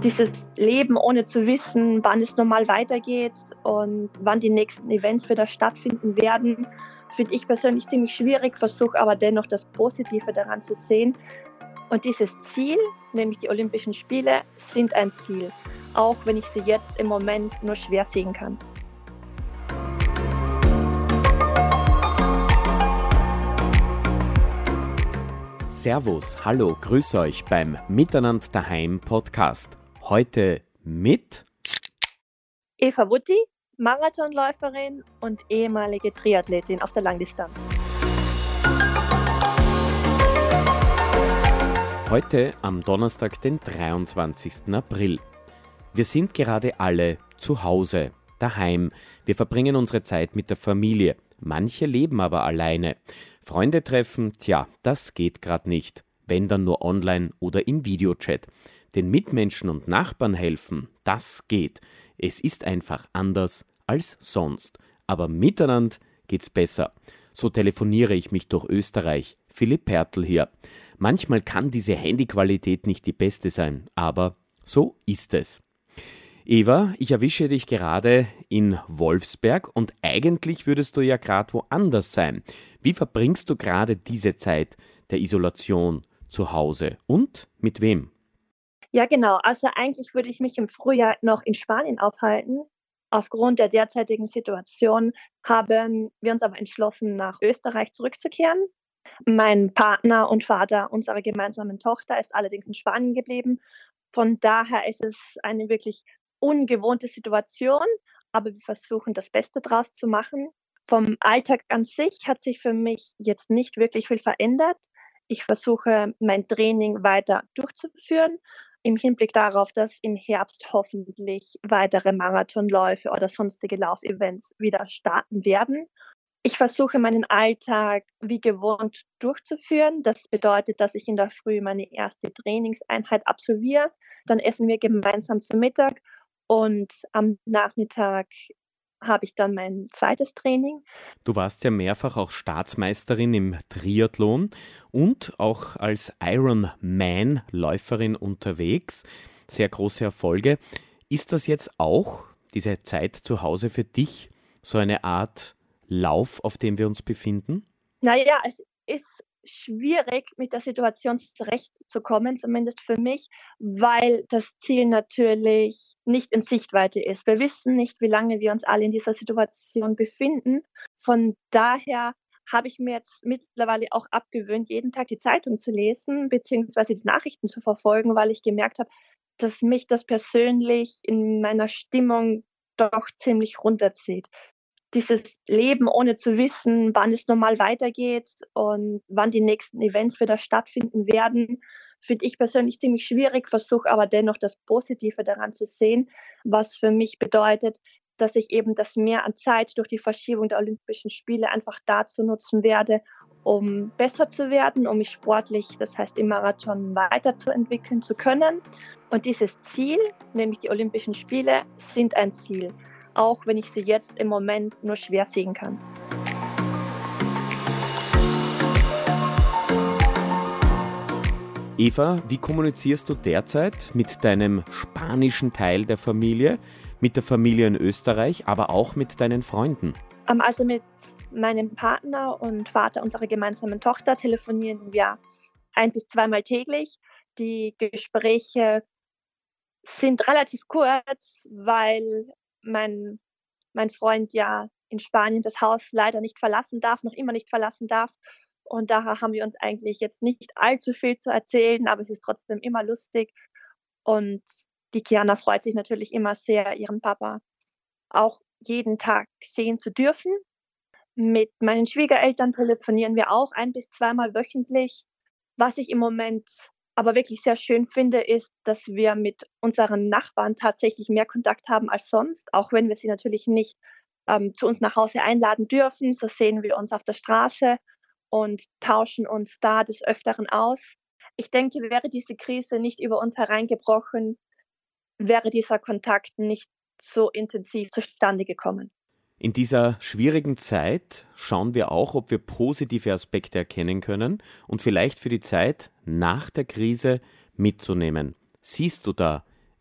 Dieses Leben ohne zu wissen, wann es normal weitergeht und wann die nächsten Events wieder stattfinden werden, finde ich persönlich ziemlich schwierig, versuche aber dennoch das Positive daran zu sehen. Und dieses Ziel, nämlich die Olympischen Spiele, sind ein Ziel, auch wenn ich sie jetzt im Moment nur schwer sehen kann. Servus, hallo, grüß euch beim Miteinander daheim Podcast. Heute mit Eva Wutti, Marathonläuferin und ehemalige Triathletin auf der Langdistanz. Heute am Donnerstag, den 23. April. Wir sind gerade alle zu Hause, daheim. Wir verbringen unsere Zeit mit der Familie. Manche leben aber alleine. Freunde treffen, das geht gerade nicht. Wenn dann nur online oder im Videochat. Den Mitmenschen und Nachbarn helfen, das geht. Es ist einfach anders als sonst. Aber miteinander geht's besser. So telefoniere ich mich durch Österreich. Philipp Pertl hier. Manchmal kann diese Handyqualität nicht die beste sein, aber so ist es. Eva, ich erwische dich gerade in Wolfsberg und eigentlich würdest du ja gerade woanders sein. Wie verbringst du gerade diese Zeit der Isolation zu Hause und mit wem? Ja, genau. Also eigentlich würde ich mich im Frühjahr noch in Spanien aufhalten. Aufgrund der derzeitigen Situation haben wir uns aber entschlossen, nach Österreich zurückzukehren. Mein Partner und Vater unserer gemeinsamen Tochter ist allerdings in Spanien geblieben. Von daher ist es eine wirklich ungewohnte Situation, aber wir versuchen das Beste draus zu machen. Vom Alltag an sich hat sich für mich jetzt nicht wirklich viel verändert. Ich versuche, mein Training weiter durchzuführen, im Hinblick darauf, dass im Herbst hoffentlich weitere Marathonläufe oder sonstige Laufevents wieder starten werden. Ich versuche, meinen Alltag wie gewohnt durchzuführen. Das bedeutet, dass ich in der Früh meine erste Trainingseinheit absolviere. Dann essen wir gemeinsam zu Mittag und am Nachmittag habe ich dann mein zweites Training. Du warst ja mehrfach auch Staatsmeisterin im Triathlon und auch als Ironman-Läuferin unterwegs. Sehr große Erfolge. Ist das jetzt auch, diese Zeit zu Hause für dich, so eine Art Lauf, auf dem wir uns befinden? Naja, es ist schwierig, mit der Situation zurechtzukommen, zumindest für mich, weil das Ziel natürlich nicht in Sichtweite ist. Wir wissen nicht, wie lange wir uns alle in dieser Situation befinden. Von daher habe ich mir jetzt mittlerweile auch abgewöhnt, jeden Tag die Zeitung zu lesen, beziehungsweise die Nachrichten zu verfolgen, weil ich gemerkt habe, dass mich das persönlich in meiner Stimmung doch ziemlich runterzieht. Dieses Leben ohne zu wissen, wann es normal weitergeht und wann die nächsten Events wieder stattfinden werden, finde ich persönlich ziemlich schwierig, versuche aber dennoch das Positive daran zu sehen, was für mich bedeutet, dass ich eben das Mehr an Zeit durch die Verschiebung der Olympischen Spiele einfach dazu nutzen werde, um besser zu werden, um mich sportlich, das heißt im Marathon, weiterzuentwickeln zu können. Und dieses Ziel, nämlich die Olympischen Spiele, sind ein Ziel, auch wenn ich sie jetzt im Moment nur schwer sehen kann. Eva, wie kommunizierst du derzeit mit deinem spanischen Teil der Familie, mit der Familie in Österreich, aber auch mit deinen Freunden? Also mit meinem Partner und Vater unserer gemeinsamen Tochter telefonieren wir 1- bis 2-mal täglich. Die Gespräche sind relativ kurz, weil mein Freund ja in Spanien das Haus leider nicht verlassen darf, noch immer nicht verlassen darf. Und daher haben wir uns eigentlich jetzt nicht allzu viel zu erzählen, aber es ist trotzdem immer lustig. Und die Kiana freut sich natürlich immer sehr, ihren Papa auch jeden Tag sehen zu dürfen. Mit meinen Schwiegereltern telefonieren wir auch 1- bis 2-mal wöchentlich. Was ich im Moment aber wirklich sehr schön finde, ist, dass wir mit unseren Nachbarn tatsächlich mehr Kontakt haben als sonst, auch wenn wir sie natürlich nicht zu uns nach Hause einladen dürfen. So sehen wir uns auf der Straße und tauschen uns da des Öfteren aus. Ich denke, wäre diese Krise nicht über uns hereingebrochen, wäre dieser Kontakt nicht so intensiv zustande gekommen. In dieser schwierigen Zeit schauen wir auch, ob wir positive Aspekte erkennen können und vielleicht für die Zeit nach der Krise mitzunehmen. Siehst du da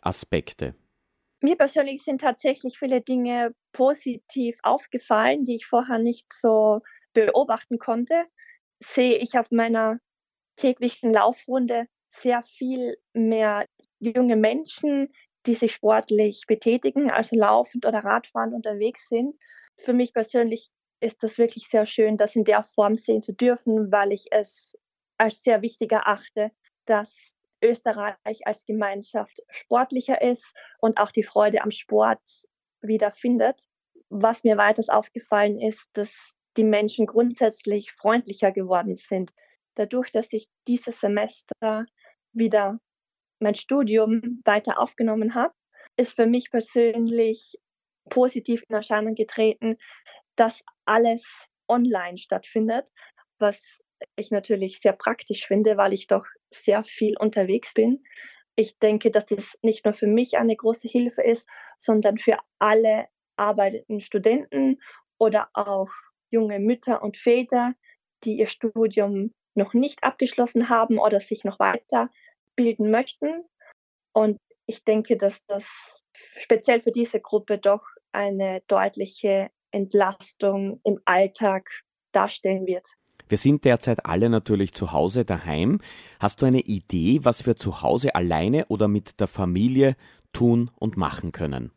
Aspekte? Mir persönlich sind tatsächlich viele Dinge positiv aufgefallen, die ich vorher nicht so beobachten konnte. Sehe ich auf meiner täglichen Laufrunde sehr viel mehr junge Menschen, die sich sportlich betätigen, also laufend oder Radfahrend unterwegs sind. Für mich persönlich ist das wirklich sehr schön, das in der Form sehen zu dürfen, weil ich es als sehr wichtig erachte, dass Österreich als Gemeinschaft sportlicher ist und auch die Freude am Sport wiederfindet. Was mir weiters aufgefallen ist, dass die Menschen grundsätzlich freundlicher geworden sind. Dadurch, dass ich dieses Semester wieder mein Studium weiter aufgenommen habe, ist für mich persönlich positiv in Erscheinung getreten, dass alles online stattfindet, was ich natürlich sehr praktisch finde, weil ich doch sehr viel unterwegs bin. Ich denke, dass das nicht nur für mich eine große Hilfe ist, sondern für alle arbeitenden Studenten oder auch junge Mütter und Väter, die ihr Studium noch nicht abgeschlossen haben oder sich noch weiterbilden möchten. Und ich denke, dass das speziell für diese Gruppe doch eine deutliche Entlastung im Alltag darstellen wird. Wir sind derzeit alle natürlich zu Hause daheim. Hast du eine Idee, was wir zu Hause alleine oder mit der Familie tun und machen können?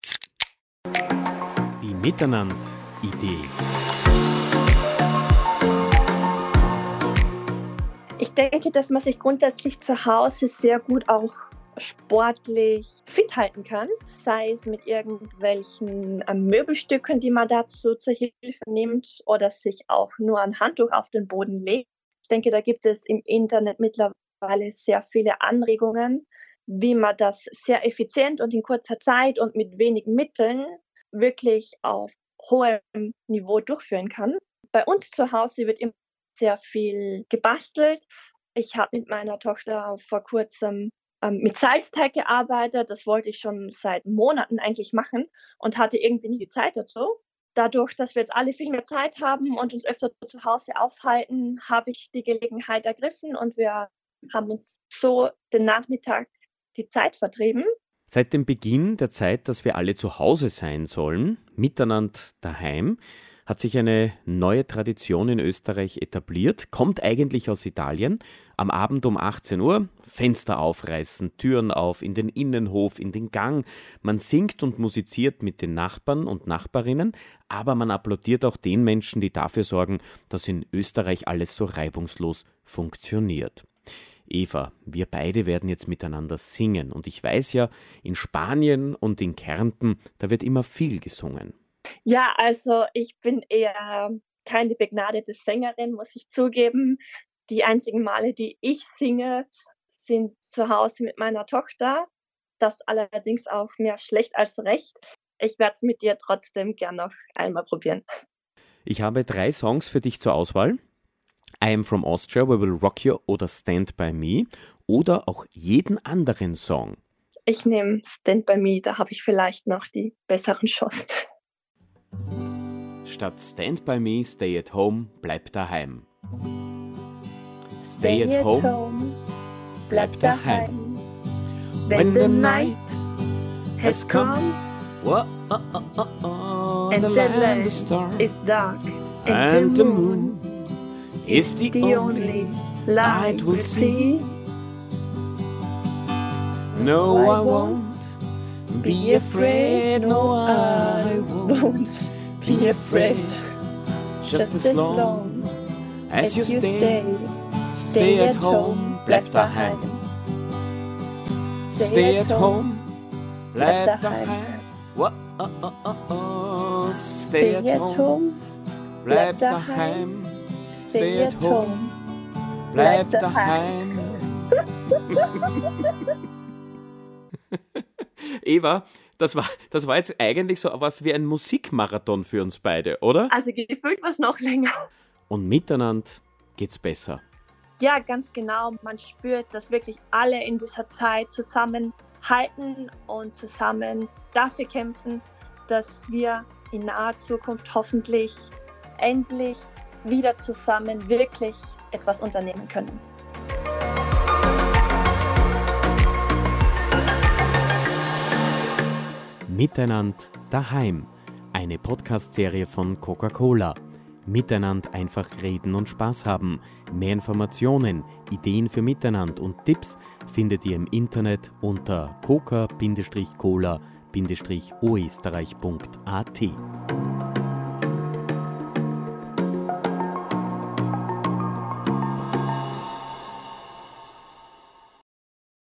Die Miteinander-Idee. Ich denke, dass man sich grundsätzlich zu Hause sehr gut auch sportlich fit halten kann, sei es mit irgendwelchen Möbelstücken, die man dazu zur Hilfe nimmt oder sich auch nur ein Handtuch auf den Boden legt. Ich denke, da gibt es im Internet mittlerweile sehr viele Anregungen, wie man das sehr effizient und in kurzer Zeit und mit wenigen Mitteln wirklich auf hohem Niveau durchführen kann. Bei uns zu Hause wird immer sehr viel gebastelt. Ich habe mit meiner Tochter vor kurzem mit Salzteig gearbeitet. Das wollte ich schon seit Monaten eigentlich machen und hatte irgendwie nie die Zeit dazu. Dadurch, dass wir jetzt alle viel mehr Zeit haben und uns öfter zu Hause aufhalten, habe ich die Gelegenheit ergriffen und wir haben uns so den Nachmittag die Zeit vertrieben. Seit dem Beginn der Zeit, dass wir alle zu Hause sein sollen, miteinander daheim, hat sich eine neue Tradition in Österreich etabliert, kommt eigentlich aus Italien. Am Abend um 18 Uhr Fenster aufreißen, Türen auf, in den Innenhof, in den Gang. Man singt und musiziert mit den Nachbarn und Nachbarinnen, aber man applaudiert auch den Menschen, die dafür sorgen, dass in Österreich alles so reibungslos funktioniert. Eva, wir beide werden jetzt miteinander singen und ich weiß ja, in Spanien und in Kärnten, da wird immer viel gesungen. Ja, also ich bin eher keine begnadete Sängerin, muss ich zugeben. Die einzigen Male, die ich singe, sind zu Hause mit meiner Tochter. Das allerdings auch mehr schlecht als recht. Ich werde es mit dir trotzdem gern noch einmal probieren. Ich habe 3 Songs für dich zur Auswahl. I Am From Austria, We Will Rock You oder Stand By Me oder auch jeden anderen Song. Ich nehme Stand By Me, da habe ich vielleicht noch die besseren Chancen. Statt Stand By Me, Stay at Home, bleib daheim. Stay at home, bleib daheim. When the night has come, and the land is dark, and the moon is the only light we'll see. No, I won't be afraid, no, I won't be afraid. Just as long as you stay at home, bleib daheim. Stay at home, bleib daheim. Stay at home, bleib daheim. Stay at home, bleib daheim. Eva, das war jetzt eigentlich so was wie ein Musikmarathon für uns beide, oder? Also gefühlt war es noch länger. Und miteinander geht's besser. Ja, ganz genau. Man spürt, dass wirklich alle in dieser Zeit zusammenhalten und zusammen dafür kämpfen, dass wir in naher Zukunft hoffentlich endlich wieder zusammen wirklich etwas unternehmen können. Miteinander daheim, eine Podcast-Serie von Coca-Cola. Miteinander einfach reden und Spaß haben. Mehr Informationen, Ideen für Miteinander und Tipps findet ihr im Internet unter coca-cola-oesterreich.at.